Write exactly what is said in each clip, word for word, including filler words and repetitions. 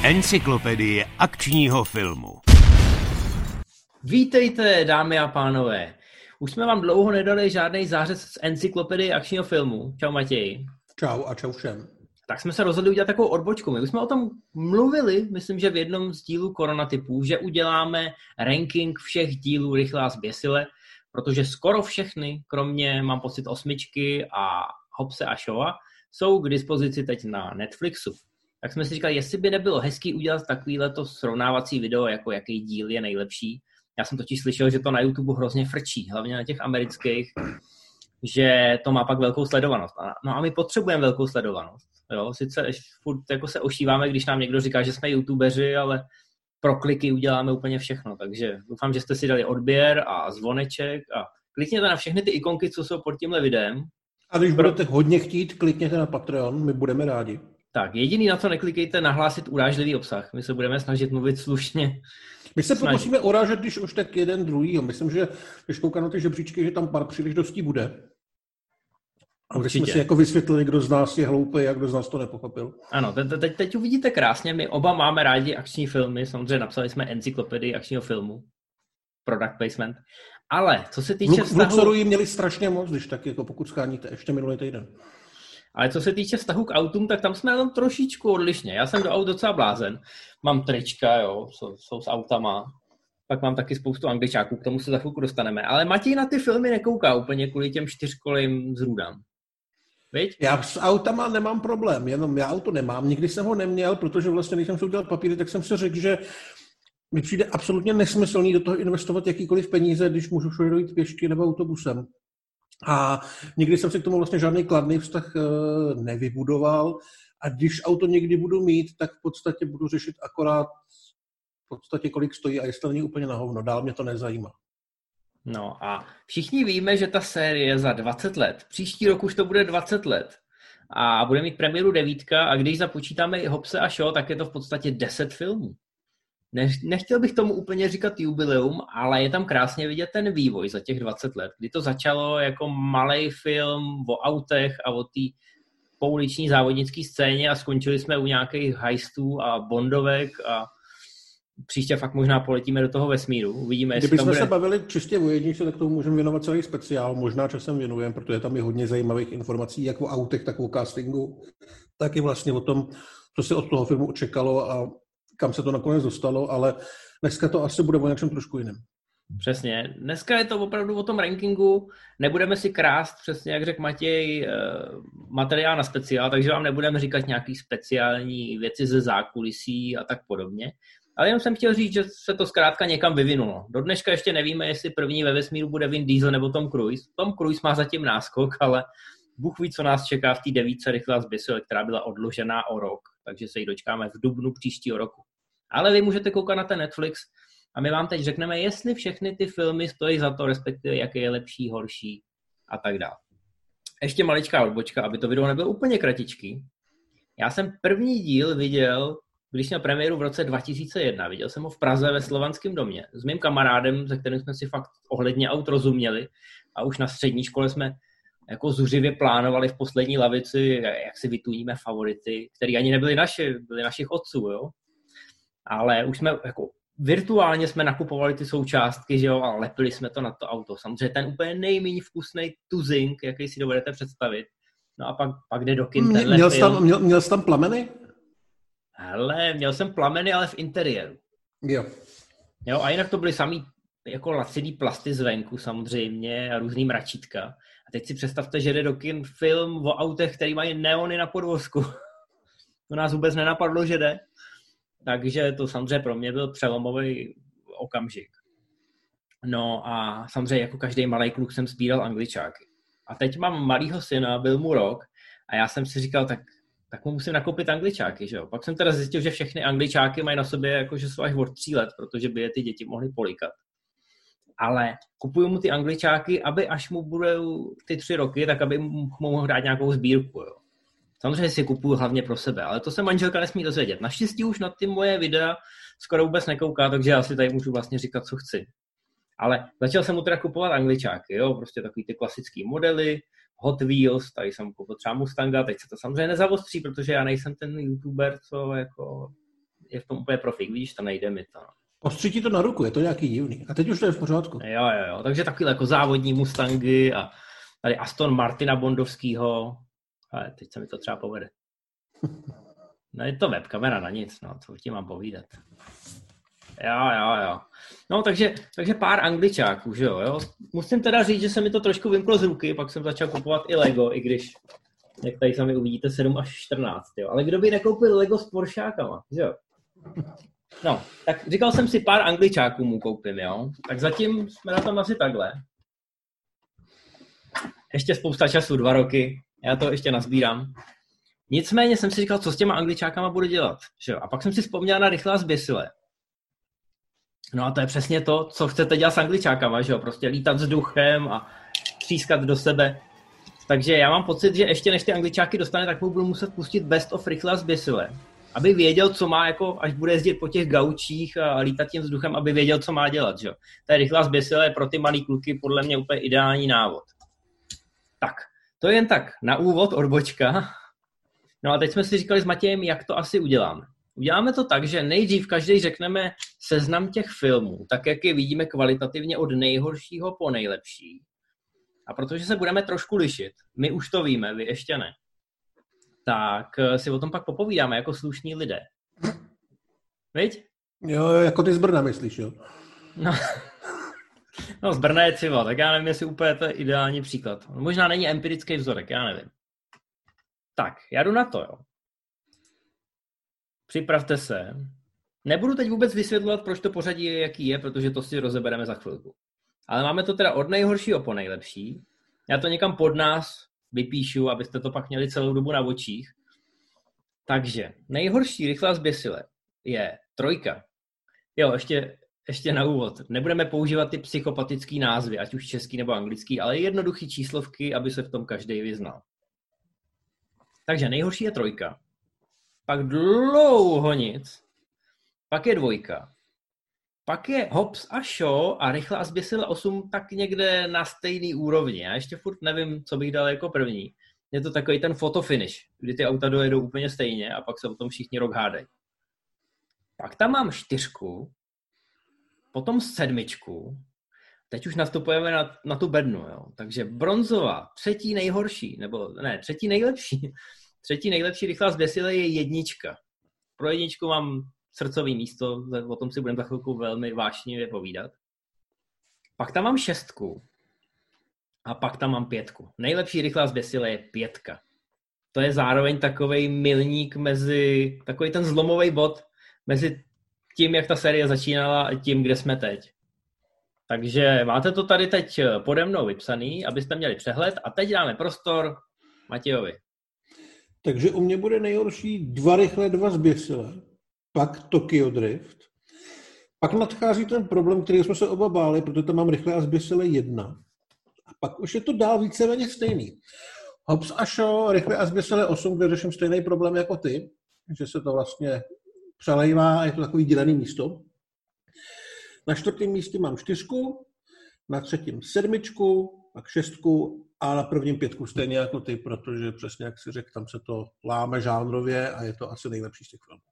Encyklopedie akčního filmu. Vítejte, dámy a pánové. Už jsme vám dlouho nedali žádný zářez z encyklopedie akčního filmu. Čau Matěj. Čau a čau všem. Tak jsme se rozhodli udělat takovou odbočku. My už jsme o tom mluvili, myslím, že v jednom z dílů Koronatypů, že uděláme ranking všech dílů Rychle a zběsile, protože skoro všechny, kromě, mám pocit, osmičky a Hobbse a Shawa, jsou k dispozici teď na Netflixu. Tak jsme si říkali, jestli by nebylo hezký udělat takovýhleto srovnávací video, jako jaký díl je nejlepší. Já jsem totiž slyšel, že to na YouTube hrozně frčí, hlavně na těch amerických, že to má pak velkou sledovanost. No a my potřebujeme velkou sledovanost. Jo? Sice furt jako se ošíváme, když nám někdo říká, že jsme youtubeři, ale pro kliky uděláme úplně všechno. Takže doufám, že jste si dali odběr a zvoneček a klikněte na všechny ty ikonky, co jsou pod tímhle videem. A když pro... budete hodně chtít, klikněte na Patreon, my budeme rádi. Tak, jediný na co neklikejte, nahlásit urážlivý obsah. My se budeme snažit mluvit slušně. My se pokusíme urážet, když už tak jeden druhýho. Myslím, že když koukám na ty žebříčky, že tam pár příležitostí bude. A když jsme si jako vysvětlili, kdo z nás je hloupý a kdo z nás to nepochopil. Ano, te- teď, teď uvidíte krásně. My oba máme rádi akční filmy. Samozřejmě napsali jsme encyklopedii akčního filmu. Product placement. Ale co se týče v vztahu... V Luxoru jí měli strašně moc, když tak jako pokud scháníte ještě minulý týden. Ale co se týče vztahu k autům, tak tam jsme na tom trošičku odlišně. Já jsem do aut docela blázen. Mám trička, jo, jsou, jsou s autama. Pak mám taky spoustu angličáků, k tomu se za chvilku dostaneme. Ale Matěj na ty filmy nekouká úplně kvůli těm čtyřkolým zrůdám. Viď? Já s autama nemám problém, jenom já auto nemám. Nikdy jsem ho neměl, protože vlastně, když jsem si udělal papíry, tak jsem si řekl, že mi přijde absolutně nesmyslný do toho investovat jakýkoliv peníze, když můžu všude dojít pěšky nebo autobusem. A nikdy jsem si k tomu vlastně žádný kladný vztah nevybudoval. A když auto někdy budu mít, tak v podstatě budu řešit akorát v podstatě kolik stojí a jestli není úplně na hovno. Dál mě to nezajímá. No a všichni víme, že ta série je za dvacet let. Příští rok už to bude dvacet let. A bude mít premiéru devítka a když započítáme i Hobbse a Shaw, tak je to v podstatě deset filmů. Nechtěl bych tomu úplně říkat jubileum, ale je tam krásně vidět ten vývoj za těch dvacet let, kdy to začalo jako malej film o autech a o té pouliční závodnické scéně a skončili jsme u nějakých heistů a bondovek a příště fakt možná poletíme do toho vesmíru. Uvidíme, jestli Kdybychom bude... se bavili čistě o jedničce, tak tomu můžeme věnovat celý speciál, možná časem věnujeme, protože tam je hodně zajímavých informací, jak o autech, tak o castingu, tak i vlastně o tom, co se od toho filmu očekalo a kam se to nakonec dostalo, ale dneska to asi bude o něčem trošku jiném. Přesně. Dneska je to opravdu o tom rankingu. Nebudeme si krást, přesně jak řekl Matěj, materiál na speciál, takže vám nebudeme říkat nějaký speciální věci ze zákulisí a tak podobně. Ale jenom jsem chtěl říct, že se to zkrátka někam vyvinulo. Do dneška ještě nevíme, jestli první ve vesmíru bude Vin Diesel nebo Tom Cruise. Tom Cruise má zatím náskok, ale Bůh ví, co nás čeká v té devítce Rychle a zběsile, která byla odložená o rok, takže se ji dočkáme v dubnu příštího roku. Ale vy můžete koukat na ten Netflix a my vám teď řekneme, jestli všechny ty filmy stojí za to, respektive jaký je lepší, horší a tak dále. Ještě maličká odbočka, aby to video nebylo úplně kratičký. Já jsem první díl viděl, když měl premiéru v roce dva tisíce jedna. Viděl jsem ho v Praze ve Slovanském domě s mým kamarádem, se kterým jsme si fakt ohledně aut rozuměli a už na střední škole jsme jako zuřivě plánovali v poslední lavici, jak si vytuníme favority, které ani nebyly naše, byly našich otců, jo. Ale už jsme jako virtuálně jsme nakupovali ty součástky, že jo, a lepili jsme to na to auto. Samozřejmě ten úplně nejméně vkusný tuzink, jaký si dovedete představit. No a pak, pak jde do kin tenhle měl film. Tam, měl, měl jsi tam plameny? Hele, měl jsem plameny, ale v interiéru. Jo. Jo, a jinak to byly samý jako laciný plasty zvenku samozřejmě a různý mračítka. A teď si představte, že jde do kin film o autech, který mají neony na podvozku. To nás vůbec nenapadlo, že jde. Takže to samozřejmě pro mě byl přelomový okamžik. No a samozřejmě jako každý malý kluk jsem sbíral angličáky. A teď mám malýho syna, byl mu rok a já jsem si říkal, tak, tak mu musím nakoupit angličáky, že jo. Pak jsem teda zjistil, že všechny angličáky mají na sobě jakože jsou až od tří let, protože by je ty děti mohly polikat. Ale kupuju mu ty angličáky, aby až mu budou ty tři roky, tak aby mu mohl dát nějakou sbírku, jo. Samozřejmě si kupuju hlavně pro sebe, ale to se manželka nesmí dozvědět. Naštěstí už na ty moje videa skoro vůbec nekouká, takže já si tady můžu vlastně říkat, co chci. Ale začal jsem mu teda kupovat angličáky, jo, prostě takový ty klasický modely, Hot Wheels, tady jsem koupil třeba Mustanga, teď se to samozřejmě nezavostří, protože já nejsem ten youtuber, co jako je v tom úplně profik, vidíš, to nejde mi to. Ostří ti to na ruku, je to nějaký divný. A teď už to je v pořádku. Jo, jo, jo, takže takový jako závodní Mustangy a tady Aston Martina Bondovskýho. Ale teď se mi to třeba povede. No je to webkamera na nic, no, co ti mám povídat. Jo, jo, jo. No, takže, takže pár angličáků, že jo, jo. Musím teda říct, že se mi to trošku vymklo z ruky, pak jsem začal kupovat i Lego, i když, jak tady sami uvidíte, sedm až čtrnáct, jo. Ale kdo by nekoupil Lego s Poršákama, že jo. No, tak říkal jsem si pár angličáků mu koupím, jo. Tak zatím jsme na tom asi takhle. Ještě spousta času, dva roky, já to ještě nazbírám. Nicméně jsem si říkal, co s těma angličákama budu dělat, že jo. A pak jsem si vzpomněl na Rychle a zběsile. No a to je přesně to, co chcete dělat s angličákama, že jo, prostě lítat vzduchem a třískat do sebe. Takže já mám pocit, že ještě než ty angličáky dostane, tak mu budu muset pustit Best of Rychle a zběsile. Aby věděl, co má, jako až bude jezdit po těch gaučích a lítat tím vzduchem, aby věděl, co má dělat, že jo. To je Rychle a zběsile je pro ty malý kluky podle mě úplně ideální návod. Tak, to je jen tak na úvod odbočka. No a teď jsme si říkali s Matějem, jak to asi uděláme. Uděláme to tak, že nejdřív každý řekneme seznam těch filmů, tak jak je vidíme kvalitativně od nejhoršího po nejlepší. A protože se budeme trošku lišit, my už to víme, vy ještě ne, tak si o tom pak popovídáme jako slušní lidé. Viď? Jo, jako ty z Brna myslíš, jo? No, no z Brna je civa, tak já nevím, jestli úplně to je ideální příklad. Možná není empirický vzorek, já nevím. Tak, já jdu na to, jo. Připravte se. Nebudu teď vůbec vysvětlovat, proč to pořadí je, jaký je, protože to si rozebereme za chvilku. Ale máme to teda od nejhoršího po nejlepší. Já to někam pod nás vypíšu, abyste to pak měli celou dobu na očích. Takže nejhorší Rychle a zběsile je trojka. Jo, ještě, ještě na úvod. Nebudeme používat ty psychopatický názvy, ať už český nebo anglický, ale jednoduchý číslovky, aby se v tom každý vyznal. Takže nejhorší je trojka. Pak dlouho nic, pak je dvojka, pak je Hobbs a Shaw a Rychle a zběsile osm tak někde na stejný úrovni. Já ještě furt nevím, co bych dal jako první. Je to takový ten fotofinish, kdy ty auta dojedou úplně stejně a pak se o tom všichni rok hádají. Pak tam mám čtyřku, potom sedmičku, teď už nastupujeme na, na tu bednu, jo. Takže bronzová, třetí nejhorší, nebo ne, třetí nejlepší. Třetí nejlepší Rychle a zběsile je jednička. Pro jedničku mám srdcový místo, o tom si budeme za chvilku velmi vášnivě povídat. Pak tam mám šestku a pak tam mám pětku. Nejlepší Rychle a zběsile je pětka. To je zároveň takovej milník mezi, takový ten zlomový bod mezi tím, jak ta série začínala a tím, kde jsme teď. Takže máte to tady teď pode mnou vypsaný, abyste měli přehled a teď dáme prostor Matějovi. Takže u mě bude nejhorší dva Rychle, dva zběsile, pak Tokyo Drift, pak nadchází ten problém, který jsme se oba báli, protože tam mám Rychle a zběsile jedna. A pak už je to dál víceméně stejný. Hobbs a Shaw, Rychle a zběsile osm, kde řeším stejný problém jako ty, že se to vlastně přelejvá, je to takový dělený místo. Na čtvrtém místě mám čtyřku, na třetím sedmičku, pak šestku a na prvním pětku stejně jako ty, protože přesně jak si řekl, tam se to láme žánrově a je to asi nejlepší z těch filmů.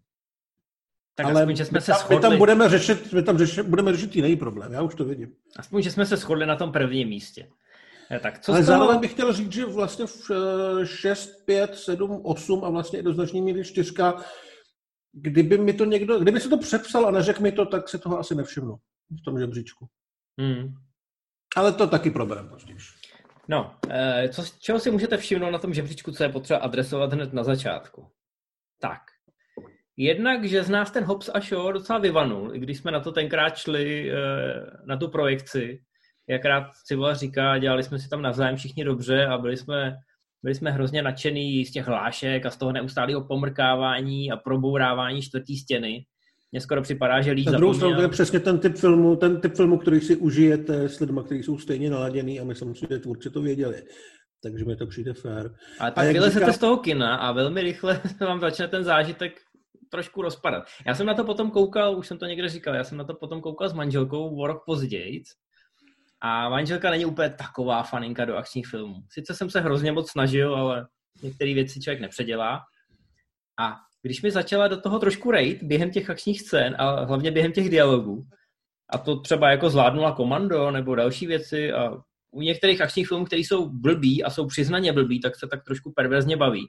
Tak ale aspoň, že jsme my, se tam, shodli. my tam budeme řešit, my tam řešit, budeme řešit jiný problém, já už to vidím. Aspoň, že jsme se shodli na tom prvním místě. Je, tak co ale z toho... zároveň bych chtěl říct, že vlastně v šest, pět, sedm, osm a vlastně i do značný míry čtyřka, kdyby mi to někdo, kdyby se to přepsal a neřekl mi to, tak se toho asi nevšimnu v tom žebříčku. Hmm. Ale to taky proberem později. No, co, čeho si můžete všimnout na tom žebříčku, co je potřeba adresovat hned na začátku? Tak, jednak, že z nás ten Hobbs a Shaw docela vyvanul, i když jsme na to tenkrát šli na tu projekci, jak rád Cibola říká, dělali jsme si tam navzájem všichni dobře a byli jsme, byli jsme hrozně nadšený z těch hlášek a z toho neustálého pomrkávání a probourávání čtvrtý stěny. Mně skoro připadá, že líp zapomněl. Na druhou stranu zapomněl. to je přesně ten typ filmu, ten typ filmu, který si užijete s lidmi, kteří jsou stejně naladěný a my samozřejmě tvůrci to věděli. Takže mi to přijde fér. Ale pak vylezete říká... z toho kina a velmi rychle vám začne ten zážitek trošku rozpadat. Já jsem na to potom koukal, už jsem to někde říkal, já jsem na to potom koukal s manželkou o rok později a manželka není úplně taková faninka do akčních filmů. Sice jsem se hrozně moc snažil, ale některé věci člověk nepředělá. A když mi začala do toho trošku rejt během těch akčních scén a hlavně během těch dialogů, a to třeba jako zvládnula Komando nebo další věci a u některých akčních filmů, které jsou blbý a jsou přiznaně blbý, tak se tak trošku perverzně baví.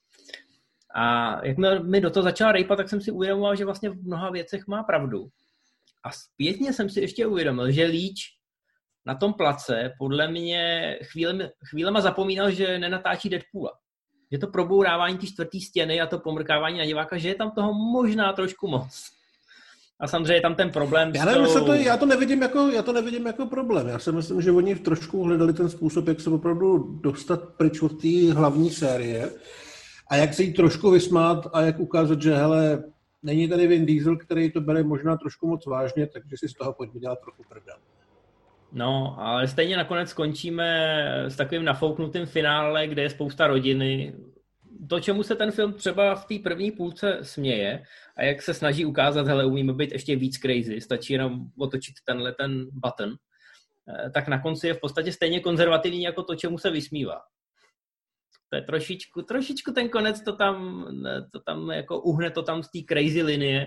A jak mi do toho začala rejpat, tak jsem si uvědomoval, že vlastně v mnoha věcech má pravdu. A zpětně jsem si ještě uvědomil, že Leach na tom place podle mě chvílema, chvílema zapomínal, že nenatáčí Deadpoola. Že to probourávání té čtvrtý stěny a to pomrkávání na diváka, že je tam toho možná trošku moc. A samozřejmě je tam ten problém. Já nevím, tou... to, já, to nevidím jako, já to nevidím jako problém. Já si myslím, že oni trošku hledali ten způsob, jak se opravdu dostat pryč od té hlavní série a jak se jí trošku vysmát a jak ukázat, že hele, není tady Vin Diesel, který to bere možná trošku moc vážně, takže si z toho pojďme dělat trochu prdel. No, ale stejně nakonec skončíme s takovým nafouknutým finále, kde je spousta rodiny. To, čemu se ten film třeba v té první půlce směje a jak se snaží ukázat, hele, umíme být ještě víc crazy, stačí jenom otočit tenhle ten button, tak na konci je v podstatě stejně konzervativní jako to, čemu se vysmívá. To je trošičku, trošičku ten konec to tam, to tam jako uhne to tam z té crazy linie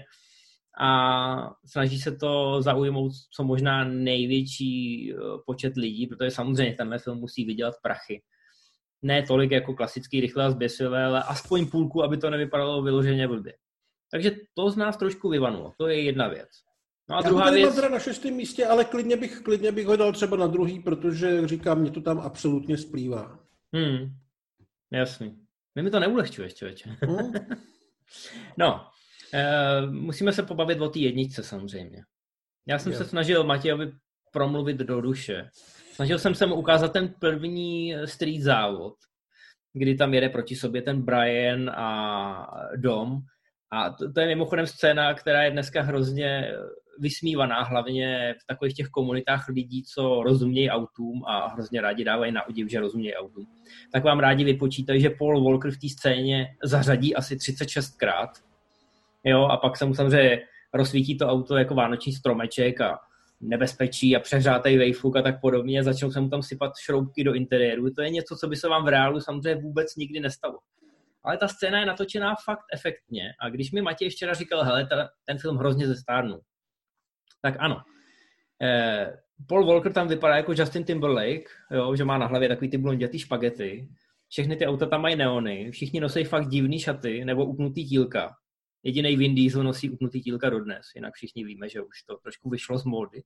a snaží se to zaujmout co možná největší počet lidí, protože samozřejmě tenhle film musí vydělat prachy. Ne tolik jako klasický rychle a zběsivé, ale aspoň půlku, aby to nevypadalo vyloženě blbě. Takže to z nás trošku vyvanulo. To je jedna věc. No a Já druhá to tady věc... mám teda na šestém místě, ale klidně bych, klidně bych ho dal třeba na druhý, protože, jak říkám, mě to tam absolutně splývá. Hmm, jasný. Vy mi to neulehčuješ, člověče. Hmm? No, e, musíme se pobavit o té jedničce samozřejmě. Já jsem jo. se snažil Matějovi promluvit do duše. Snažil jsem se mu ukázat ten první street závod, kdy tam jede proti sobě ten Brian a Dom. A to, to je mimochodem scéna, která je dneska hrozně vysmívaná, hlavně v takových těch komunitách lidí, co rozumějí autům a hrozně rádi dávají na odiv, že rozumějí autům. Tak vám rádi vypočítají, že Paul Walker v té scéně zařadí asi třicet šest krát. Jo, a pak se mu samozřejmě rozsvítí to auto jako vánoční stromeček a nebezpečí a přehřátej vejfuk a tak podobně. Začnou se mu tam sypat šroubky do interiéru. To je něco, co by se vám v reálu samozřejmě vůbec nikdy nestalo. Ale ta scéna je natočená fakt efektně. A když mi Matěj včera říkal, hele, ta, ten film hrozně zestárnul, tak ano. Eh, Paul Walker tam vypadá jako Justin Timberlake, jo, že má na hlavě takový ty blondětý špagety. Všechny ty auta tam mají neony. Všichni nosí fakt divný šaty nebo upnutý tílka. Jedinej Vin Diesel nosí upnutý tílka dodnes, jinak všichni víme, že už to trošku vyšlo z módy.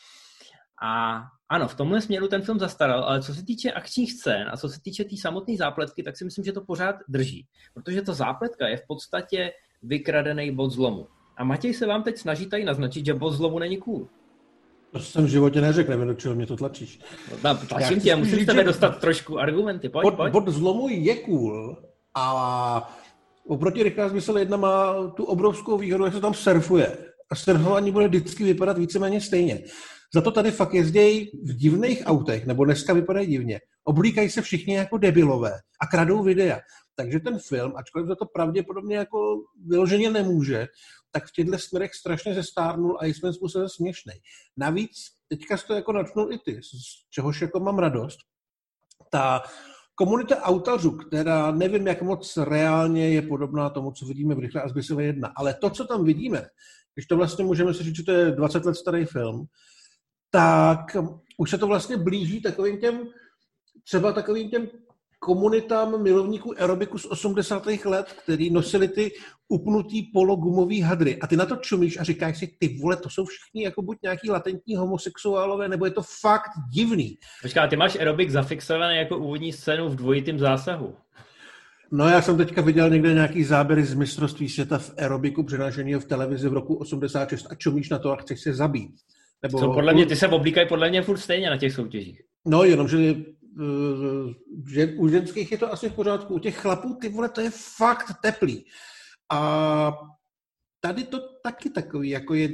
A ano, v tomhle směru ten film zastaral, ale co se týče akčních scén a co se týče té tý samotné zápletky, tak si myslím, že to pořád drží. Protože ta zápletka je v podstatě vykradený bod zlomu. A Matěj se vám teď snaží tady naznačit, že bod zlomu není cool. To jsem v životě neřekl, nevím, do čeho mě to tlačíš. No, tlačím tě, musím z tebe dostat trošku argumenty, pojď, bod, pojď. Bod zlomu je cool a oproti rychlá zmysl jedna má tu obrovskou výhodu, jak se tam surfuje. A surfování bude vždycky vypadat víceméně stejně. Za to tady fakt jezdějí v divných autech, nebo dneska vypadají divně. Oblíkají se všichni jako debilové a kradou videa. Takže ten film, ačkoliv za to pravděpodobně jako vyloženě nemůže, tak v těchto směrech strašně zestárnul a je svým způsobem směšnej. Navíc, teďka jsi to jako načnul i ty, z čehož jako mám radost. Ta komunita autařů, která nevím, jak moc reálně je podobná tomu, co vidíme v Rychle a zběsile jedna, ale to, co tam vidíme, když to vlastně můžeme si říct, že to je dvacet let starý film, tak už se to vlastně blíží takovým těm, třeba takovým těm komunitám milovníků aerobiku z osmdesátých let, který nosili ty upnutý pologumový hadry. A ty na to čumíš a říkáš si, ty vole, to jsou všichni jako buď nějaký latentní homosexuálové, nebo je to fakt divný. Počká, ty máš aerobik zafixovaný jako úvodní scénu v dvojitým zásahu. No já jsem teďka viděl někde nějaký záběry z mistrovství světa v aerobiku přenášeného v televizi v roku osmdesát šest a čumíš na to a chceš se zabít. Nebo... Co podle mě, ty se oblíkají podle mě furt stejně na těch soutěžích. No jenom, že, že u ženských je to asi v pořádku, u těch chlapů, ty vole, to je fakt teplý. A tady to taky takový, jako je,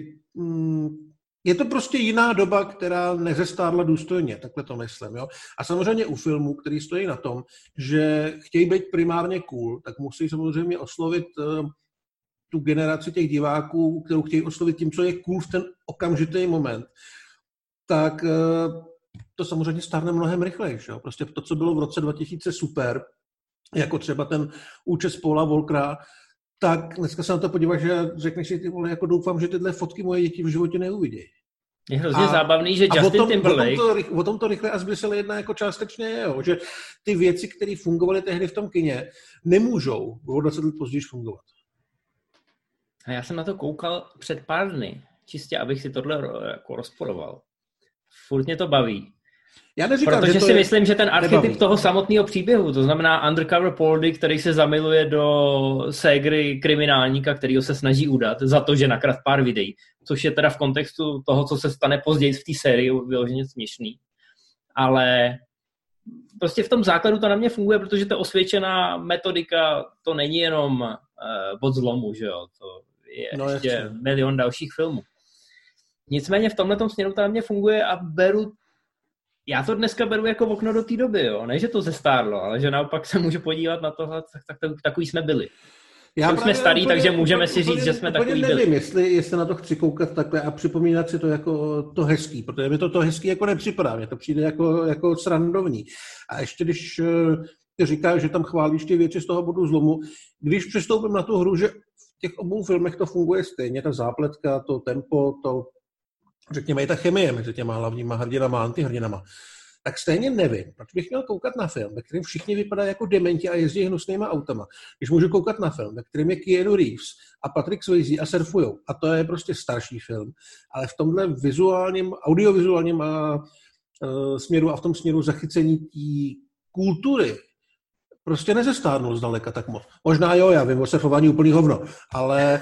je to prostě jiná doba, která nezestárla důstojně, takhle to myslím, jo. A samozřejmě u filmů, který stojí na tom, že chtějí být primárně cool, tak musí samozřejmě oslovit tu generaci těch diváků, kterou chtějí oslovit tím, co je cool v ten okamžitý moment, tak to samozřejmě stárne mnohem rychleji. Jo? Prostě to, co bylo v roce dva tisíce super, jako třeba ten účes Paula Walkera, tak dneska se na to podíváš, že řekneš si, ty vole, jako doufám, že tyhle fotky moje děti v životě neuvidějí. Je hrozně a, zábavný, že Justin o tom, Timberlake... O tom, to, o tom to rychle a zbysele jedna jako částečně je, jo, že ty věci, které fungovaly tehdy v tom kině, nemůžou o dvacet let později fungovat. A já jsem na to koukal před pár dny, čistě abych si tohle jako rozporoval. Furt mě to baví. Já neříkám, Protože že to si je... myslím, že ten archetyp nebaví. toho samotného příběhu, to znamená undercover Poldy, který se zamiluje do ségry kriminálníka, kterýho se snaží udat za to, že nakrát pár videí, což je teda v kontextu toho, co se stane později v té sérii, vyloženě směšný. Ale prostě v tom základu to na mě funguje, protože to osvědčená metodika, to není jenom uh, bod zlomu, že jo, to je no, ještě jasný. Milion dalších filmů. Nicméně v tomhletom směru to na mě funguje a beru Já to dneska beru jako okno do té doby, jo. Ne, že to zestárlo, ale že naopak se můžu podívat na tohle, tak, tak, tak takový jsme byli. Já jsme starý, úplně, takže můžeme úplně, si říct, úplně, že jsme takový nevím, byli. Jestli, jestli na to chci koukat takhle a připomínat si to jako to hezký, protože mi to to hezký jako nepřipadá, mě to přijde jako, jako srandovní. A ještě když ty říkáš, že tam chválíš ty věci z toho bodu zlomu, když přistoupím na tu hru, že v těch obou filmech to funguje stejně, ta zápletka, to tempo, to řekněme i ta chemie mezi těma hlavníma hrdinama a antihrdinama, tak stejně nevím, proč bych měl koukat na film, ve kterém všichni vypadají jako dementi a jezdí hnusnýma autama. Když můžu koukat na film, ve kterém je Keanu Reeves a Patrick Swayze a surfujou, a to je prostě starší film, ale v tomhle vizuálním, audiovizuálním a, uh, směru a v tom směru zachycení té kultury prostě nezestárnul zdaleka tak moc. Možná jo, já vím o surfování úplný hovno, ale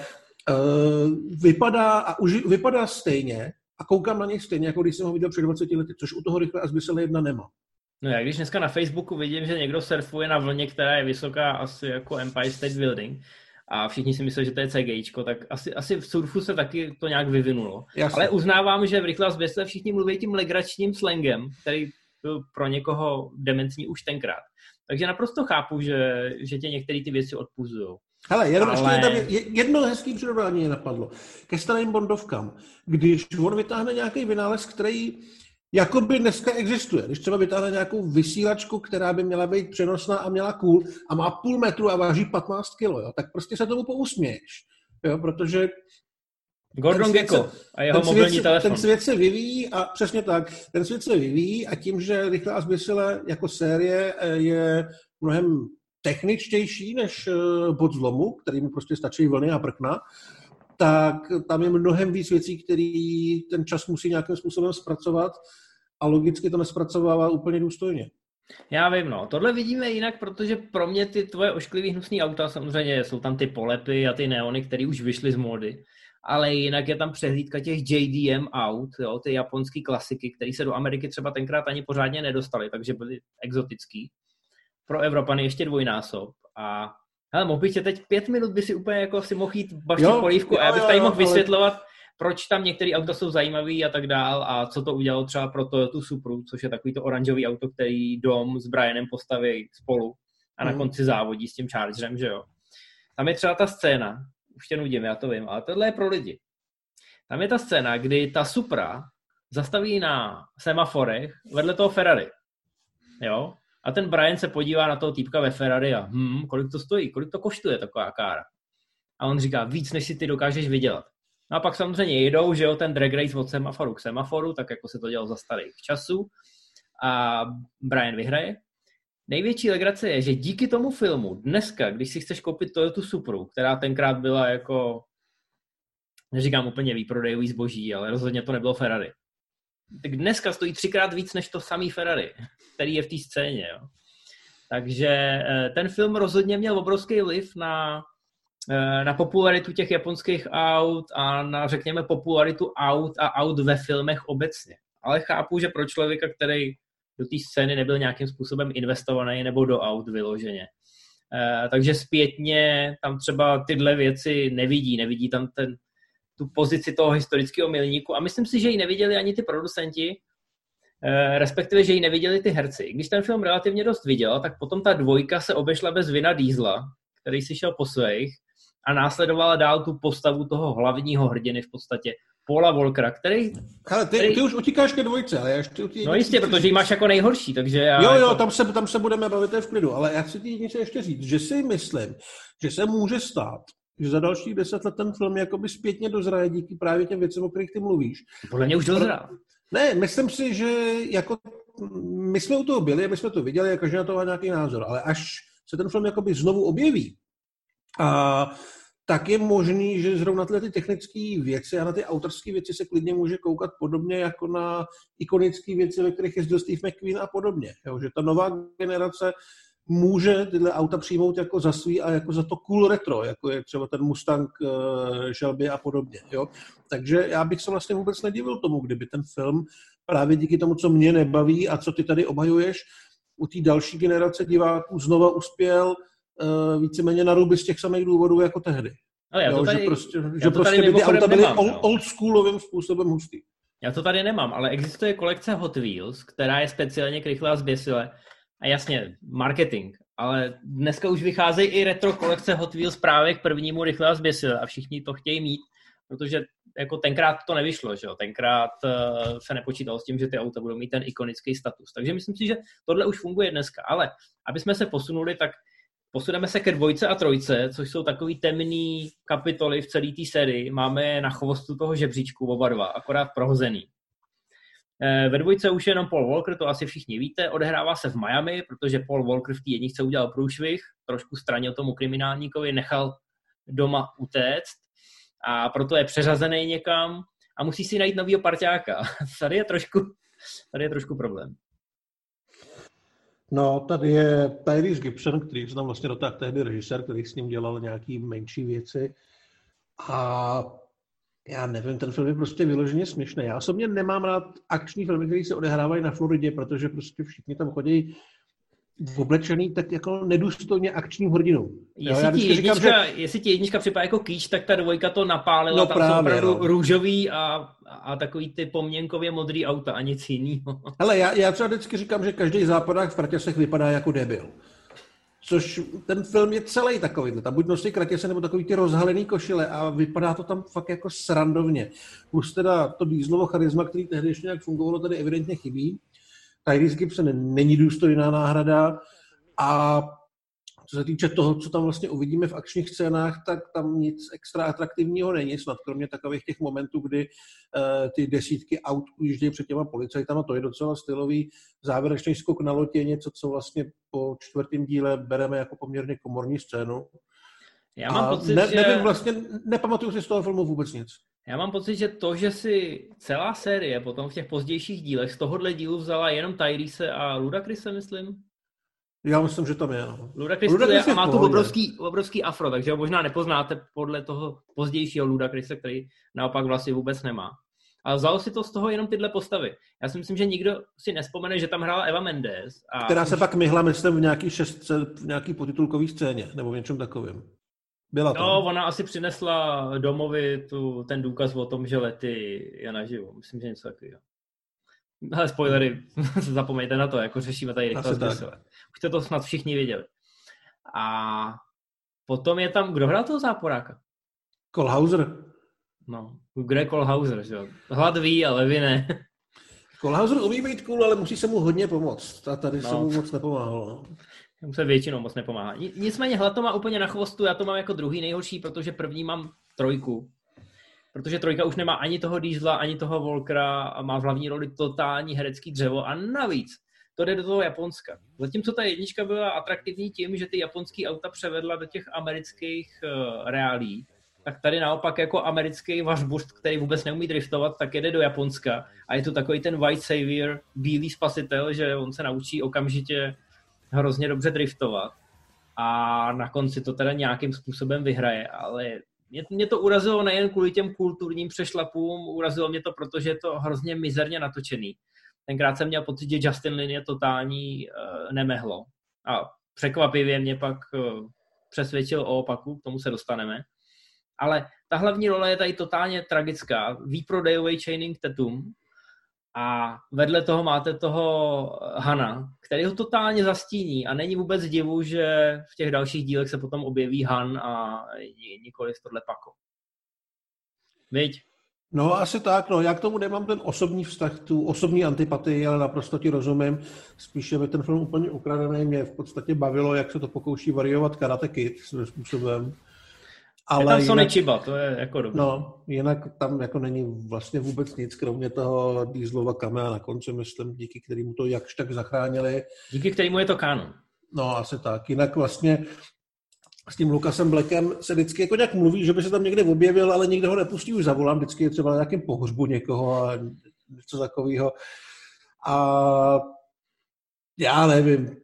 uh, vypadá, a už, vypadá stejně, a koukám na něj stejně, jako když jsem ho viděl před dvaceti lety, což u toho rychle a zbysele jedna nemá. No já když dneska na Facebooku vidím, že někdo surfuje na vlně, která je vysoká asi jako Empire State Building a všichni si myslí, že to je CGIčko, tak asi, asi v surfu se taky to nějak vyvinulo. Jasně. Ale uznávám, že v rychle a zbysele všichni mluví tím legračním slangem, který byl pro někoho dementní už tenkrát. Takže naprosto chápu, že, že tě některé ty věci odpuzujou. Hele, jenom ale... ještě jedna, jedno hezký přirovnání mě napadlo. Ke starým Bondovkám. Když on vytáhne nějaký vynález, který jakoby dneska existuje. Když třeba vytáhne nějakou vysílačku, která by měla být přenosná a měla cool a má půl metru a váží patnáct kilo, jo, tak prostě se tomu pousměješ. Jo, protože Gordon Gekko a jeho mobilní se, telefon. Ten svět se vyvíjí a přesně tak. Ten svět se vyvíjí a tím, že Rychle a zbysile jako série je mnohem techničtější než bod zlomu, kterýmu prostě stačí vlny a prkna, tak tam je mnohem víc věcí, který ten čas musí nějakým způsobem zpracovat a logicky to nespracovává úplně důstojně. Já vím, no. Tohle vidíme jinak, protože pro mě ty tvoje ošklivý hnusný auta, samozřejmě jsou tam ty polepy a ty neony, které už vyšly z módy, ale jinak je tam přehlídka těch J D M aut, jo, ty japonský klasiky, které se do Ameriky třeba tenkrát ani pořádně nedostaly, takže byly exotický. Pro Evropany ještě dvojnásob. A hele, mohl bych tě teď pět minut by si úplně jako si mohl jít baštit polívku a já bych tady mohl ale... vysvětlovat, proč tam některé auta jsou zajímavý a tak dál a co to udělalo třeba pro Toyota Supru, což je takový to oranžový auto, který Dom s Brianem postaví spolu a na hmm. konci závodí s tím Chargerem, že jo. Tam je třeba ta scéna, už tě nudím, já to vím, ale tohle je pro lidi. Tam je ta scéna, kdy ta Supra zastaví na semaforech vedle toho Ferrari, jo. A ten Brian se podívá na toho týpka ve Ferrari a hm, kolik to stojí, kolik to koštuje taková kára. A on říká, víc, než si ty dokážeš vydělat. No a pak samozřejmě jedou, že jo, ten drag race od semaforu k semaforu, tak jako se to dělalo za starých časů. A Brian vyhraje. Největší legrace je, že díky tomu filmu dneska, když si chceš koupit Toyota Supru, která tenkrát byla jako, neříkám úplně výprodejový zboží, ale rozhodně to nebylo Ferrari. Tak dneska stojí třikrát víc než to samý Ferrari, který je v té scéně. Jo. Takže ten film rozhodně měl obrovský vliv na, na popularitu těch japonských aut a na, řekněme, popularitu aut a aut ve filmech obecně. Ale chápu, že pro člověka, který do té scény nebyl nějakým způsobem investovaný nebo do aut vyloženě. Takže zpětně tam třeba tyhle věci nevidí, nevidí tam ten tu pozici toho historického milníku a myslím si, že ji neviděli ani ty producenti, respektive, že ji neviděli ty herci. Když ten film relativně dost viděl, tak potom ta dvojka se obešla bez Vina Diesla, který si šel po svých a následovala dál tu postavu toho hlavního hrdiny v podstatě, Paula Walkera, který... Ale ty, který... ty už utíkáš ke dvojce, ale já ještě... No jistě, protože ji máš jako nejhorší, takže já... Jo, jo, jako... tam, se, tam se budeme bavit v klidu, ale já chci ti něco ještě říct, že si myslím, že se může stát, že za dalších deset let ten film jakoby zpětně dozraje díky právě těm věcem, o kterých ty mluvíš. Podle mě už dozrál. Ne, myslím si, že jako my jsme u toho byli, my jsme to viděli a každý na to má nějaký názor, ale až se ten film jakoby znovu objeví, a tak je možný, že zrovna tyhle ty technické věci a na ty autorské věci se klidně může koukat podobně jako na ikonické věci, ve kterých jezdil Steve McQueen a podobně. Jo, že ta nová generace může tyhle auta přijmout jako za svý a jako za to cool retro, jako je třeba ten Mustang uh, Shelby a podobně. Jo. Takže já bych se vlastně vůbec nedivil tomu, kdyby ten film právě díky tomu, co mě nebaví a co ty tady obhajuješ, u té další generace diváků znova uspěl uh, víceméně na ruby z těch samých důvodů jako tehdy. Ale já to jo, tady, že prostě, já že to prostě tady by ty auta byly nemám, old, no. oldschoolovým způsobem hustý. Já to tady nemám, ale existuje kolekce Hot Wheels, která je speciálně k rychlé a zběsile. A jasně, marketing, ale dneska už vycházejí i retro kolekce Hot Wheels právě k prvnímu rychle a zběsile a všichni to chtějí mít, protože jako tenkrát to nevyšlo, že jo? Tenkrát uh, se nepočítalo s tím, že ty auta budou mít ten ikonický status. Takže myslím si, že tohle už funguje dneska, ale aby jsme se posunuli, tak posuneme se ke dvojce a trojce, což jsou takový temný kapitoly v celé té sérii. Máme je na chvostu toho žebříčku oba dva, akorát prohozený. Ve dvojce už je jenom Paul Walker, to asi všichni víte, odehrává se v Miami, protože Paul Walker v té jedničce udělal průšvih, trošku stranil tomu kriminálníkovi, nechal doma utéct a proto je přeřazený někam a musí si najít novýho parťáka. Tady je trošku, tady je trošku problém. No, tady je Tyrese Gibson, který se tam vlastně dotáhl tehdy režisér, který s ním dělal nějaký menší věci. A já nevím, ten film je prostě vyloženě směšný. Já osobně nemám rád akční filmy, které se odehrávají na Floridě, protože prostě všichni tam chodí oblečený tak jako nedůstojně akčním hrdinou. Jestli, ti jednička, říkám, že... jestli ti jednička připadá jako kýč, tak ta dvojka to napálila, no tam právě, jsou opravdu no. růžový a, a takový ty poměnkově modrý auta a nic jiného. Hele, já, já třeba vždycky říkám, že každý západák v kratěsech vypadá jako debil. Což ten film je celý takový. Tam buď nosí kratěse nebo takový ty rozhalený košile a vypadá to tam fakt jako srandovně. Plus teda to Dieselovo charisma, který tehdy ještě nějak fungovalo, tady evidentně chybí. Tyrese Gibson není důstojná náhrada a co se týče toho, co tam vlastně uvidíme v akčních scénách, tak tam nic extra atraktivního není, snad kromě takových těch momentů, kdy uh, ty desítky aut ujíždějí před těma policajtama, to je docela stylový. Závěrečný skok na lotě je něco, co vlastně po čtvrtém díle bereme jako poměrně komorní scénu. Já mám a pocit, ne, že... nevím, vlastně nepamatuju si z toho filmu vůbec nic. Já mám pocit, že to, že si celá série potom v těch pozdějších dílech z tohohle dílu vzala jenom Tyrese a Ludacrise, myslím. Já myslím, že tam je. No. Ludacris je a má tu obrovský, obrovský afro, takže ho možná nepoznáte podle toho pozdějšího Ludacrise, který naopak vlasy vůbec nemá. A vzal si to z toho jenom tyhle postavy. Já si myslím, že nikdo si nespomene, že tam hrála Eva Mendes. A která se už... pak myhla, myslím, v nějaký šestce, v nějaký potitulkový scéně, nebo v něčem takovém. Byla tam. No, ona asi přinesla domovi tu, ten důkaz o tom, že Lety je naživu. Myslím, že něco takového. Ale spoilery, zapomeňte na to, jako řešíme tady rychle zbysile. Už jste to snad všichni věděli. A potom je tam, kdo hrál toho záporáka? Cole Hauser. No, kdo je Cole Hauser, že jo? Hlad ví, ale vy ne. Cole Hauser umí být cool, ale musí se mu hodně pomoct. A tady no. se mu moc nepomáhalo. Mu se většinou moc nepomáhá. Nicméně Hlad to má úplně na chvostu, já to mám jako druhý nejhorší, protože první mám trojku. Protože trojka už nemá ani toho Diesela, ani toho Walkera a má v hlavní roli totální herecký dřevo a navíc to jde do toho Japonska. Zatímco ta jednička byla atraktivní tím, že ty japonský auta převedla do těch amerických uh, reálí, tak tady naopak jako americký vařburst, který vůbec neumí driftovat, tak jede do Japonska a je to takový ten white savior, bílý spasitel, že on se naučí okamžitě hrozně dobře driftovat a na konci to teda nějakým způsobem vyhraje, ale Mě, mě to urazilo nejen kvůli těm kulturním přešlapům, urazilo mě to, protože je to hrozně mizerně natočený. Tenkrát jsem měl pocit, že Justin Lin je totální uh, nemehlo. A překvapivě mě pak uh, přesvědčil o opaku, k tomu se dostaneme. Ale ta hlavní role je tady totálně tragická. Výprodejový Channing Tatum a vedle toho máte toho Hana, který ho totálně zastíní a není vůbec divu, že v těch dalších dílech se potom objeví Han a nikoliv tohle pako. Viď? No asi tak, no já k tomu nemám ten osobní vztah, tu osobní antipatii, ale naprosto ti rozumím. Spíše mi ten film úplně ukradený, mě v podstatě bavilo, jak se to pokouší variovat Karate Kid svým způsobem. Ale je tam Sonny jinak, Chiba, to je jako dobrý. No, jinak tam jako není vlastně vůbec nic, kromě toho Dieselova kamea na konci, myslím, díky kterému to jakž tak zachránili. Díky kterému je to kanon. No, asi tak. Jinak vlastně s tím Lucasem Blackem se vždycky jako nějak mluví, že by se tam někde objevil, ale nikdo ho nepustí už za volant, vždycky je třeba na nějakém pohřbu někoho a něco takového. A já nevím,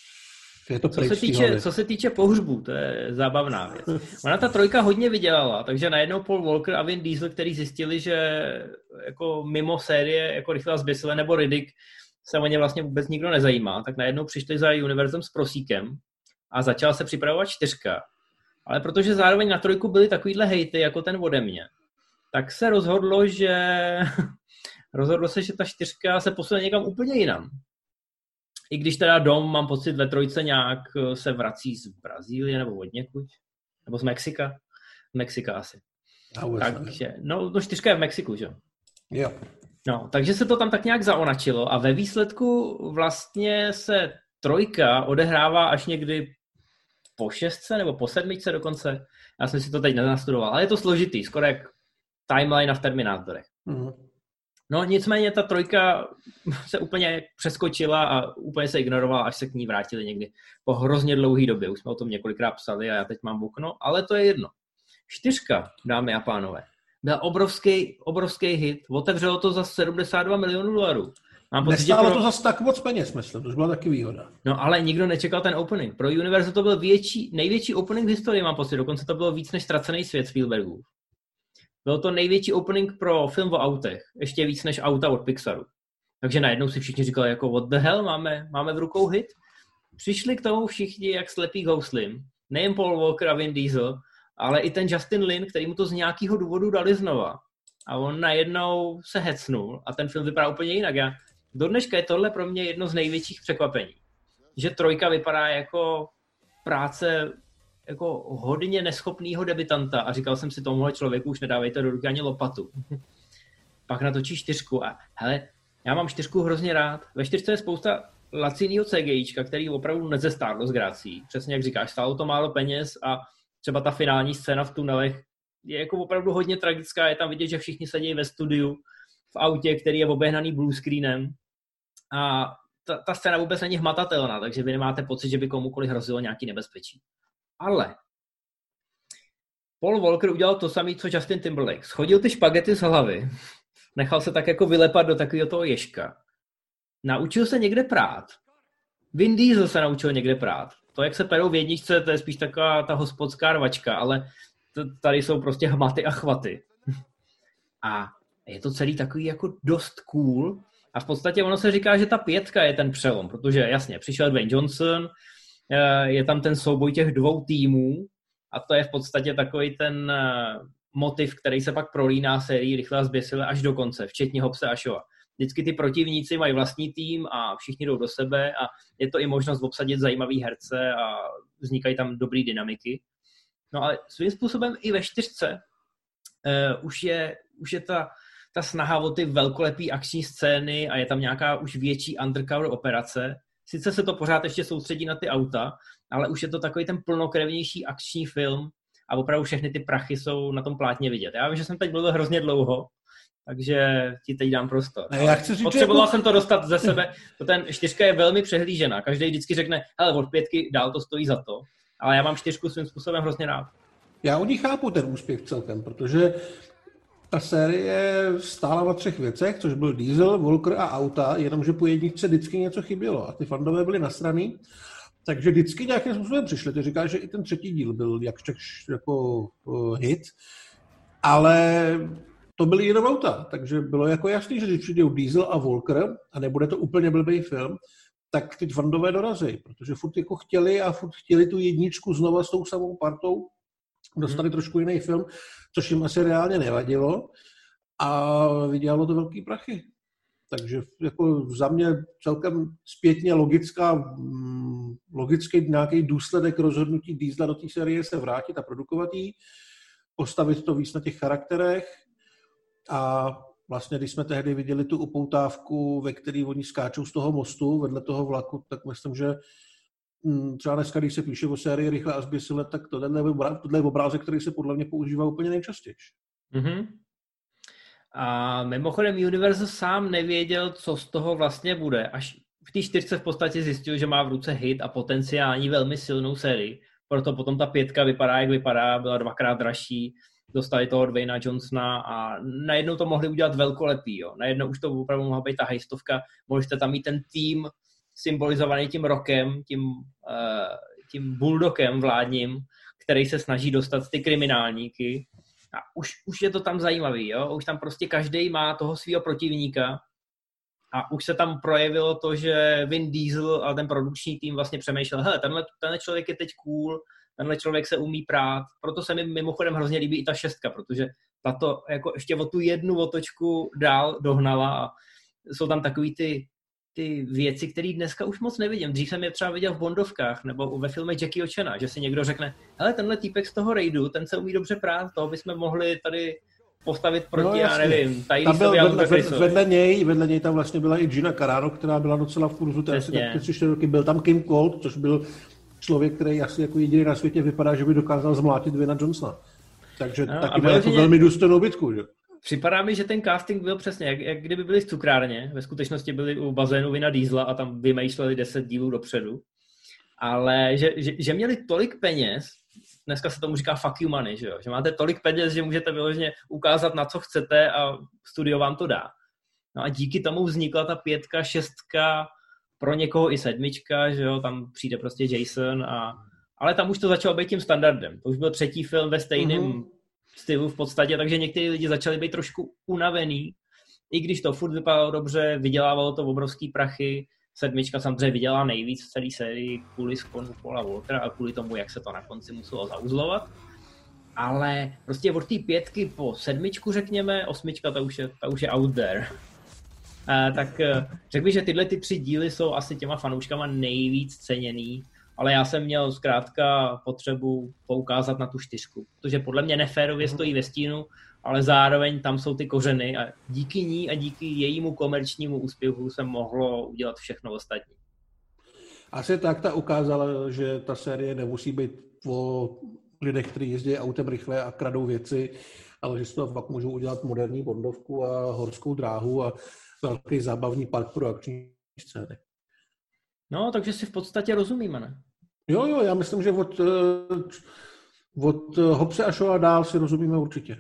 je to co se, týče, co se týče pohřbu, to je zábavná věc. Ona ta trojka hodně vydělala, takže najednou Paul Walker a Vin Diesel, který zjistili, že jako mimo série jako Rychle a zběsile nebo Riddick se o ně vlastně vůbec nikdo nezajímá, tak najednou přišli za Univerzem s prosíkem a začala se připravovat čtyřka. Ale protože zároveň na trojku byly takovýhle hejty jako ten ode mě, tak se rozhodlo, že rozhodlo se, že ta čtyřka se posune někam úplně jinam. I když teda Dom, mám pocit, ve trojce nějak se vrací z Brazílie nebo od někud, nebo z Mexika. Z Mexika asi. Takže, no, no čtyřka je v Mexiku, že? Jo. No, takže se to tam tak nějak zaonačilo a ve výsledku vlastně se trojka odehrává až někdy po šestce nebo po sedmičce dokonce. Já jsem si to teď nenastudoval, ale je to složitý, skoro jak timeline v Terminátorech. Mm. No nicméně ta trojka se úplně přeskočila a úplně se ignorovala, až se k ní vrátili někdy po hrozně dlouhé době. Už jsme o tom několikrát psali a já teď mám okno, ale to je jedno. Čtyřka, dámy a pánové, byl obrovský, obrovský hit. Otevřelo to za sedmdesát dva milionů dolarů. Nestálo pro... to zase tak moc peněz, myslím, to už byla taky výhoda. No ale nikdo nečekal ten opening. Pro Universal to byl větší, největší opening v historii, mám pocit. Dokonce to bylo víc než Ztracený svět Spielbergů. Byl to největší opening pro film o autech. Ještě víc než auta od Pixaru. Takže najednou si všichni říkali, jako what the hell, máme, máme v rukou hit. Přišli k tomu všichni jak slepý houslim. Nejen Paul Walker a Vin Diesel, ale i ten Justin Lin, který mu to z nějakého důvodu dali znova. A on najednou se hecnul a ten film vypadá úplně jinak. Já, do dneška je tohle pro mě jedno z největších překvapení. Že trojka vypadá jako práce jako hodně neschopného debitanta a říkal jsem si tomuhle člověku, už nedávejte do ruky ani lopatu. Pak natočí čtyřku a hele, já mám čtyřku hrozně rád. Ve čtyřce je spousta lacinýho CGIčka, který opravdu nezestárlo s grácí. Přesně jak říkáš, stálo to málo peněz a třeba ta finální scéna v tunelech je jako opravdu hodně tragická. Je tam vidět, že všichni sedí ve studiu v autě, který je obehnaný bluescreenem a ta, ta scéna vůbec není hmatatelná, takže vy nemáte pocit, že by komukoliv hrozilo nějaký nebezpečí. Ale Paul Walker udělal to samé, co Justin Timberlake. Schodil ty špagety z hlavy, nechal se tak jako vylepat do takového toho ježka. Naučil se někde prát. Vin Diesel se naučil někde prát. To, jak se perou v jedničce, to je spíš taková ta hospodská rvačka, ale t- tady jsou prostě hmaty a chvaty. A je to celý takový jako dost cool. A v podstatě ono se říká, že ta pětka je ten přelom, protože jasně, přišel Dwayne Johnson, je tam ten souboj těch dvou týmů a to je v podstatě takový ten motiv, který se pak prolíná sérii Rychle a zběsile až do konce, včetně Hobbse a Shawa. Vždycky ty protivníci mají vlastní tým a všichni jdou do sebe a je to i možnost obsadit zajímavý herce a vznikají tam dobrý dynamiky. No ale svým způsobem i ve čtyřce uh, už je, už je ta, ta snaha o ty velkolepý akční scény a je tam nějaká už větší undercover operace. Sice se to pořád ještě soustředí na ty auta, ale už je to takový ten plnokrevnější akční film a opravdu všechny ty prachy jsou na tom plátně vidět. Já vím, že jsem teď mluvil hrozně dlouho, takže ti teď dám prostor. Ne, já chci říct, potřeboval jako... jsem to dostat ze sebe, protože ten čtyřka je velmi přehlížená. Každý vždycky řekne, hele, od pětky dál to stojí za to, ale já mám čtyřku svým způsobem hrozně rád. Já u ní chápu ten úspěch celkem, protože ta série stála na třech věcech, což byl Diesel, Walker a auta, jenomže po jedničce vždycky něco chybělo a ty fandové byli nasraný, takže vždycky nějakým způsobem přišli. Ty říkáš, že i ten třetí díl byl jakž jako uh, hit, ale to byly jenom auta, takže bylo jako jasný, že když přijdou Diesel a Walker a nebude to úplně blbý film, tak ty fandové dorazí, protože furt jako chtěli a furt chtěli tu jedničku znova s tou samou partou, dostali hmm. trošku jiný film, což jim asi reálně nevadilo a vydělalo to velký prachy. Takže jako za mě celkem zpětně logická, logický nějaký důsledek rozhodnutí Diesla do té série se vrátit a produkovat jí, postavit to víc na těch charakterech a vlastně, když jsme tehdy viděli tu upoutávku, ve které oni skáčou z toho mostu vedle toho vlaku, tak myslím, že třeba dneska, když se píše o sérii Rychle a zběsile, tak tohle je, tohle je obrázek, který se podle mě používá úplně nejčastěji. Mm-hmm. A mimochodem Universal sám nevěděl, co z toho vlastně bude. Až v té čtyřce v podstatě zjistil, že má v ruce hit a potenciální velmi silnou sérii. Proto potom ta pětka vypadá, jak vypadá, byla dvakrát dražší, dostali toho Dwayna Johnsona a najednou to mohli udělat velkolepý. Jo. Najednou už to opravdu mohla být ta hejstovka. Mohli jste tam mít ten tým symbolizovaný tím rokem, tím, uh, tím bulldokem vládním, který se snaží dostat ty kriminálníky. A už, už je to tam zajímavý, jo? Už tam prostě každý má toho svého protivníka a už se tam projevilo to, že Vin Diesel a ten produkční tým vlastně přemýšlel, hele, tenhle, tenhle člověk je teď cool, tenhle člověk se umí prát, proto se mi mimochodem hrozně líbí i ta šestka, protože tato jako ještě o tu jednu otočku dál dohnala a jsou tam takový ty, ty věci, které dneska už moc nevidím. Dřív jsem je třeba viděl v Bondovkách nebo ve filmech Jackie Chana, že si někdo řekne, hele, tenhle týpek z toho raidu, ten se umí dobře prát, toho bychom mohli tady postavit proti, no, já nevím, Tyreesovi a vedle, vedle něj, vedle něj tam vlastně byla i Gina Carano, která byla docela v kurzu, asi tak tři čtyři roky. Byl tam Kim Colt, což byl člověk, který asi jako jediný na světě vypadá, že by dokázal zmlátit Dwayna Johnsona. Takže no, taky byl jako velmi důstojnou bitku, že? Připadá mi, že ten casting byl přesně, jak, jak kdyby byli v cukrárně, ve skutečnosti byli u bazénu Vina Diesela a tam vymýšleli deset dílů dopředu, ale že, že, že měli tolik peněz, dneska se tomu říká fuck you money, že jo? Že máte tolik peněz, že můžete vyloženě ukázat, na co chcete a studio vám to dá. No a díky tomu vznikla ta pětka, šestka, pro někoho i sedmička, že jo? Tam přijde prostě Jason a... Ale tam už to začalo být tím standardem. To už byl třetí film ve stejném mm-hmm. stylu v podstatě, takže někteří lidi začali být trošku unavený, i když to furt vypadalo dobře, vydělávalo to obrovský prachy, sedmička samozřejmě vydělala nejvíc v celé sérii kvůli skonu Paula Walkera a kvůli tomu, jak se to na konci muselo zauzlovat, ale prostě od té pětky po sedmičku řekněme, osmička ta už je, ta už je out there. A, tak řekl bych, že tyhle ty tři díly jsou asi těma fanouškama nejvíc ceněný, ale já jsem měl zkrátka potřebu poukázat na tu čtyřku, protože podle mě neférově stojí ve stínu, ale zároveň tam jsou ty kořeny a díky ní a díky jejímu komerčnímu úspěchu se mohlo udělat všechno ostatní. Asi tak ta ukázala, že ta série nemusí být o lidech, kteří jezdí autem rychle a kradou věci, ale že si to fakt můžou udělat moderní bondovku a horskou dráhu a velký zábavní park pro akční scény. No, takže si v podstatě rozumíme, ne? Jo, jo, já myslím, že od, od Hobbse a Shawa dál si rozumíme určitě.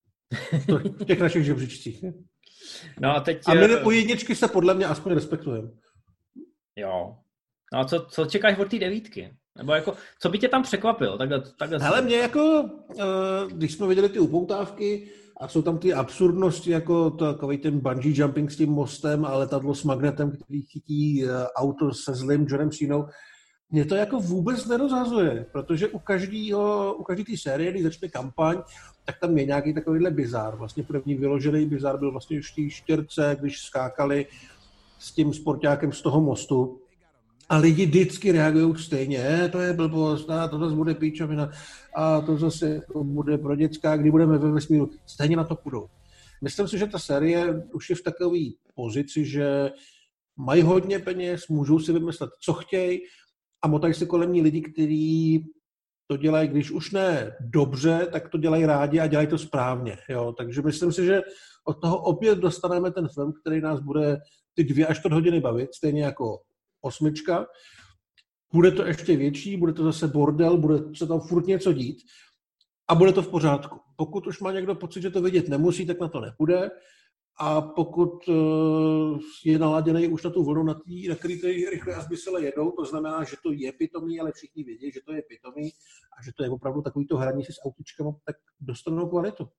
V těch našich žebříčcích. No a teď... A my u jedničky se podle mě aspoň respektujeme. Jo. No a co, co čekáš od té devítky? Nebo jako, co by tě tam překvapilo? Takhle, takhle Hele, mě jako, když jsme viděli ty upoutávky a jsou tam ty absurdnosti, jako takový ten bungee jumping s tím mostem a letadlo s magnetem, který chytí auto se zlým Johnem Cenou, mě to jako vůbec nerozhazuje, protože u každého, u každé té série, když začne kampaň, tak tam je nějaký takovýhle bizár. Vlastně první vyložený bizár byl vlastně už v té čtyřce, když skákali s tím sportákem z toho mostu. A lidi vždycky reagují stejně, to je blbost, a to zase bude píčovina, a to zase bude pro děcka, kdy budeme ve vesmíru. Stejně na to půjdou. Myslím si, že ta série už je v takové pozici, že mají hodně peněz, můžou si vymyslet, co chtějí, a motají se kolem ní lidi, kteří to dělají, když už ne dobře, tak to dělají rádi a dělají to správně. Jo? Takže myslím si, že od toho opět dostaneme ten film, který nás bude ty dvě až čtvrt hodiny bavit, stejně jako osmička. Bude to ještě větší, bude to zase bordel, bude se tam furt něco dít a bude to v pořádku. Pokud už má někdo pocit, že to vidět nemusí, tak na to nepůjde. A pokud uh, je naladěný už na tu vlnu, na, tý, na který ty rychle a zbysele jedou, to znamená, že to je pitomý, ale všichni vědí, že to je pitomý a že to je opravdu takovýto hraní si s autičkama, tak dostanou kvalitu.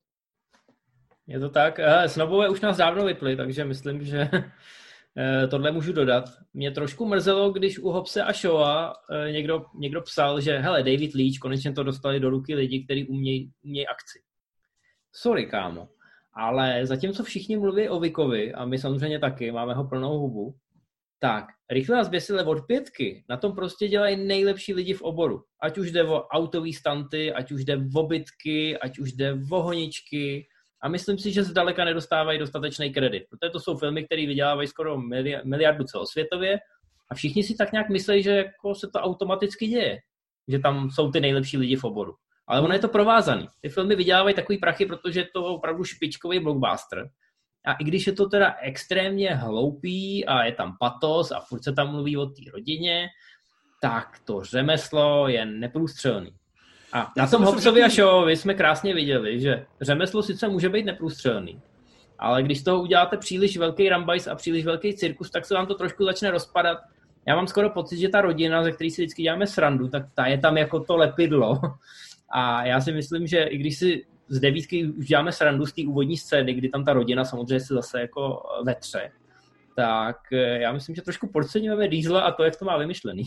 Je to tak. Snobové už nás dávno vyply, takže myslím, že tohle můžu dodat. Mě trošku mrzelo, když u Hobbse a Shawa někdo, někdo psal, že hele, David Leitch, konečně to dostali do ruky lidi, kteří umějí uměj akci. Sorry, kámo. Ale zatímco všichni mluví o Vickovi, a my samozřejmě taky, máme ho plnou hubu, tak rychle a zběsile od pětky, na tom prostě dělají nejlepší lidi v oboru. Ať už jde o autový stanty, ať už jde o bitky, ať už jde o honičky. A myslím si, že zdaleka nedostávají dostatečný kredit. Protože to jsou filmy, které vydělávají skoro miliardu celosvětově A všichni si tak nějak myslí, že jako se to automaticky děje, že tam jsou ty nejlepší lidi v oboru. Ale ono je to provázaný. Ty filmy vydělávají takový prachy, protože je to opravdu špičkový blockbuster. A i když je to teda extrémně hloupý a je tam patos a furt se tam mluví o té rodině, tak to řemeslo je neprůstřelný. A na tom Hobbsovi a Shawovi jsme krásně viděli, že řemeslo sice může být neprůstřelný, ale když z toho uděláte příliš velký rambajs a příliš velký cirkus, tak se vám to trošku začne rozpadat. Já mám skoro pocit, že ta rodina, ze které si vždycky děláme srandu, tak ta je tam jako to lepidlo. A já si myslím, že i když si z devítky už děláme srandu z té úvodní scény, kdy tam ta rodina samozřejmě se zase jako vetře, tak já myslím, že trošku podceňujeme Diesela a to, jak to má vymyšlený.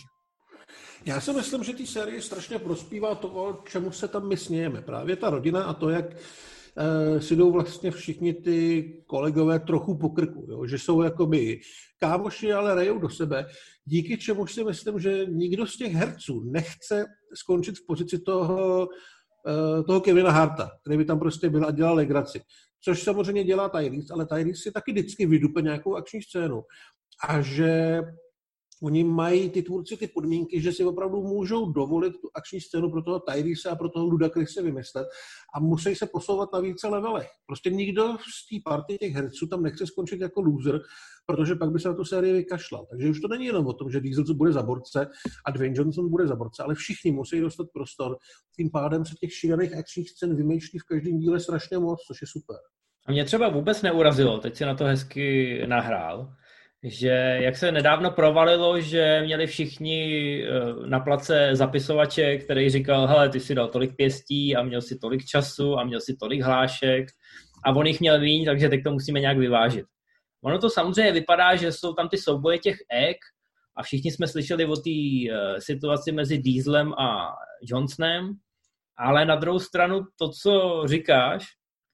Já si myslím, že té série strašně prospívá to, čemu se tam my smějeme. Právě ta rodina a to, jak eh, si jdou vlastně všichni ty kolegové trochu po krku. Jo? Že jsou jakoby kámoši, ale rejou do sebe. Díky čemu si myslím, že nikdo z těch herců nechce skončit v pozici toho, eh, toho Kevina Harta, který by tam prostě byl a dělal legraci. Což samozřejmě dělá Tyrese, ale Tyrese si taky vždycky vydupe nějakou akční scénu. A že oni mají ty tvůrci ty podmínky, že si opravdu můžou dovolit tu akční scénu pro toho Tyrese a pro toho Ludacrise vymyslet a musí se posouvat na více levelech. Prostě nikdo z té party těch herců tam nechce skončit jako loser, protože pak by se na tu sérii vykašlal. Takže už to není jenom o tom, že Diesel bude za borce a Dwayne Johnson bude za borce, ale všichni musí dostat prostor. Tím pádem se těch šílených akčních scén vymýšlí v každém díle strašně moc, což je super. A mě třeba vůbec neurazilo, teď si na to hezky nahrál, že jak se nedávno provalilo, že měli všichni na place zapisovače, který říkal, hele, ty si dal tolik pěstí a měl si tolik času a měl si tolik hlášek a on jich měl míň, takže teď to musíme nějak vyvážit. Ono to samozřejmě vypadá, že jsou tam ty souboje těch ek a všichni jsme slyšeli o té situaci mezi Dieselem a Johnsonem, ale na druhou stranu to, co říkáš,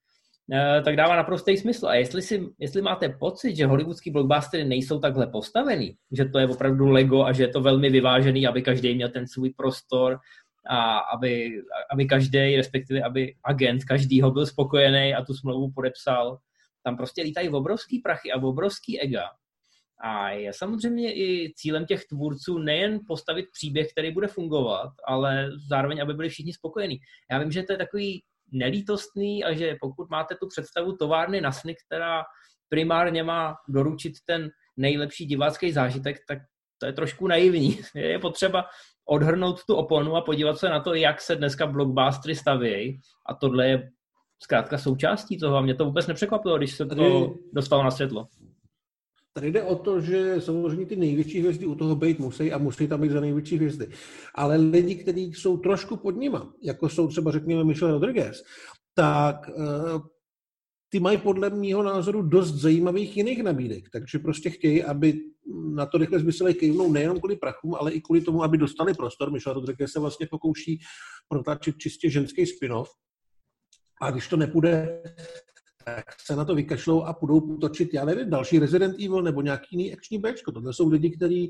tak dává naprostý smysl. A jestli, si, jestli máte pocit, že hollywoodský blockbustery nejsou takhle postavený, že to je opravdu Lego a že je to velmi vyvážený, aby každý měl ten svůj prostor a aby, aby každý, respektive aby agent každýho byl spokojený a tu smlouvu podepsal, tam prostě lítají obrovský prachy a obrovský ega. A je samozřejmě i cílem těch tvůrců nejen postavit příběh, který bude fungovat, ale zároveň, aby byli všichni spokojení. Já vím, že to je takový nelítostný a že pokud máte tu představu továrny na sny, která primárně má doručit ten nejlepší divácký zážitek, tak to je trošku naivní. Je potřeba odhrnout tu oponu a podívat se na to, jak se dneska blockbustery stavějí a tohle je zkrátka součástí toho a mě to vůbec nepřekvapilo, když se to dostalo na světlo. Tady jde o to, že samozřejmě ty největší hvězdy u toho být musí a musí tam být za největší hvězdy. Ale lidi, kteří jsou trošku pod nima, jako jsou třeba řekněme Michelle Rodriguez, tak uh, ty mají podle mýho názoru dost zajímavých jiných nabídek. Takže prostě chtějí, aby na to rychle zmysleli kejvnou nejenom kvůli prachům, ale i kvůli tomu, aby dostali prostor. Michelle Rodriguez se vlastně pokouší protáčet čistě ženský spin-off. A když to nepůjde, tak se na to vykašlou a půjdou točit, já nevím, další Resident Evil nebo nějaký jiný akční béčko. Tohle jsou lidi, kteří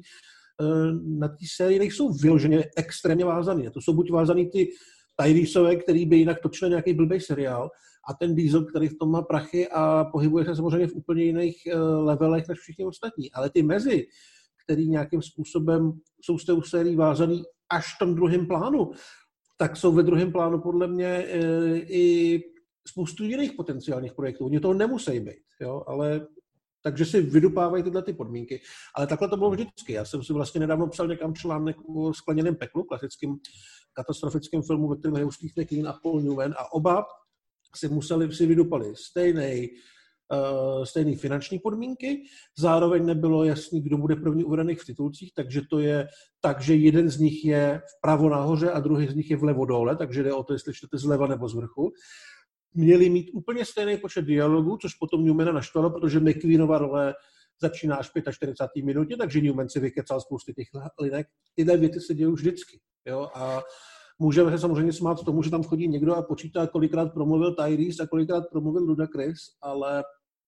na té sérii nejsou vyloženě extrémně vázaný. To jsou buď vázaný ty Tyreseové, který by jinak točil nějaký blbej seriál, a ten Diesel, který v tom má prachy a pohybuje se samozřejmě v úplně jiných levelech než všichni ostatní. Ale ty mezi, který nějakým způsobem jsou s tou sérií vázaný až v tom druhém plánu, tak jsou ve druhém plánu podle mě i spoustu jiných potenciálních projektů. Oni toho nemusí být, jo, ale takže si vydupávají tyhle ty podmínky. Ale takhle to bylo vždycky. Já jsem si vlastně nedávno psal někam článek o Skleněném peklu, klasickým katastrofickém filmu, ve kterém je Steve McQueen a Paul Newman, a oba si museli, si vydupali stejný, uh, stejný finanční podmínky, zároveň nebylo jasný, kdo bude první uvedený v titulcích, takže to je tak, že jeden z nich je vpravo nahoře a druhý z nich je vlevo dole, takže jde o to, jestli čtete zleva nebo z vrchu. Měli mít úplně stejný počet dialogů, což potom Newmana naštvalo, protože McQueenova role začíná až v čtyřicáté pátý minutě, takže Newman si vykecal spousty těch linek. Tyhle věty se dějí vždycky. Jo? A můžeme se samozřejmě smát tomu, že tam chodí někdo a počítá, kolikrát promluvil Tyrese a kolikrát promluvil Ludacris, ale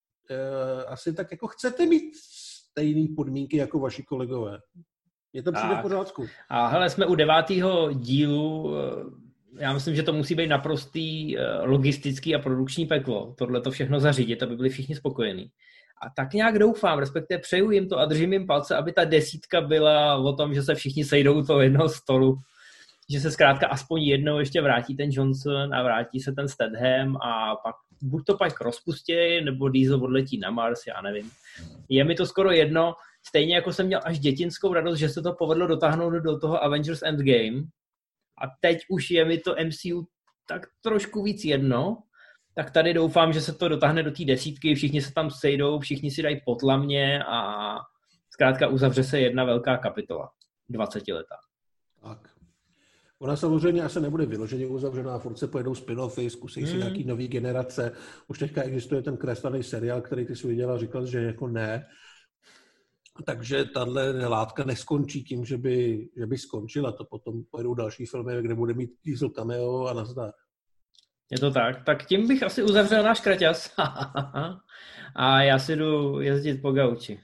e, asi tak jako chcete mít stejné podmínky jako vaši kolegové. Je to přijde v pořádku. A hele, jsme u devátého dílu. Já myslím, že to musí být naprostý logistický a produkční peklo. Tohle to všechno zařídit, aby byli všichni spokojení. A tak nějak doufám, respektive přeju jim to a držím jim palce, aby ta desítka byla o tom, že se všichni sejdou u toho jednoho stolu, že se zkrátka aspoň jednou ještě vrátí ten Johnson a vrátí se ten Statham a pak buď to pak rozpustěj, nebo Diesel odletí na Mars, já nevím. Je mi to skoro jedno, stejně jako jsem měl až dětinskou radost, že se to povedlo dotáhnout do toho Avengers Endgame a teď už je mi to M C U tak trošku víc jedno, tak tady doufám, že se to dotáhne do té desítky, všichni se tam sejdou, všichni si dají potlamně a zkrátka uzavře se jedna velká kapitola, dvacetiletá. Tak. Ona samozřejmě asi nebude vyloženě uzavřená, furt se pojedou spin-offy, zkusí si hmm. nějaký nový generace. Už teďka existuje ten kreslaný seriál, který ty jsi viděla, říkal, že jako ne. Takže tahle látka neskončí tím, že by, že by skončila. To potom pojedou další filmy, kde bude mít Diesel cameo a nazdar. Je to tak. Tak tím bych asi uzavřel náš kraťas. A já si jdu jezdit po gauči.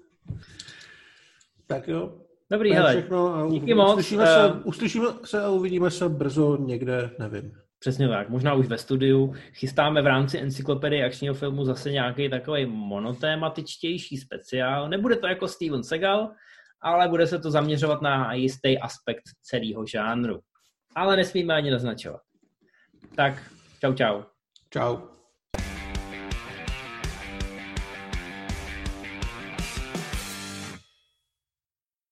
Tak jo. Dobrý, hele. Všechno. Díky moc. Uslyšíme se, uslyšíme se a uvidíme se brzo někde, nevím. Přesně tak, možná už ve studiu. Chystáme v rámci encyklopedie akčního filmu zase nějaký takový monotématičtější speciál. Nebude to jako Steven Seagal, ale bude se to zaměřovat na jistý aspekt celého žánru. Ale nesmíme ani naznačovat. Tak, čau, čau. Čau.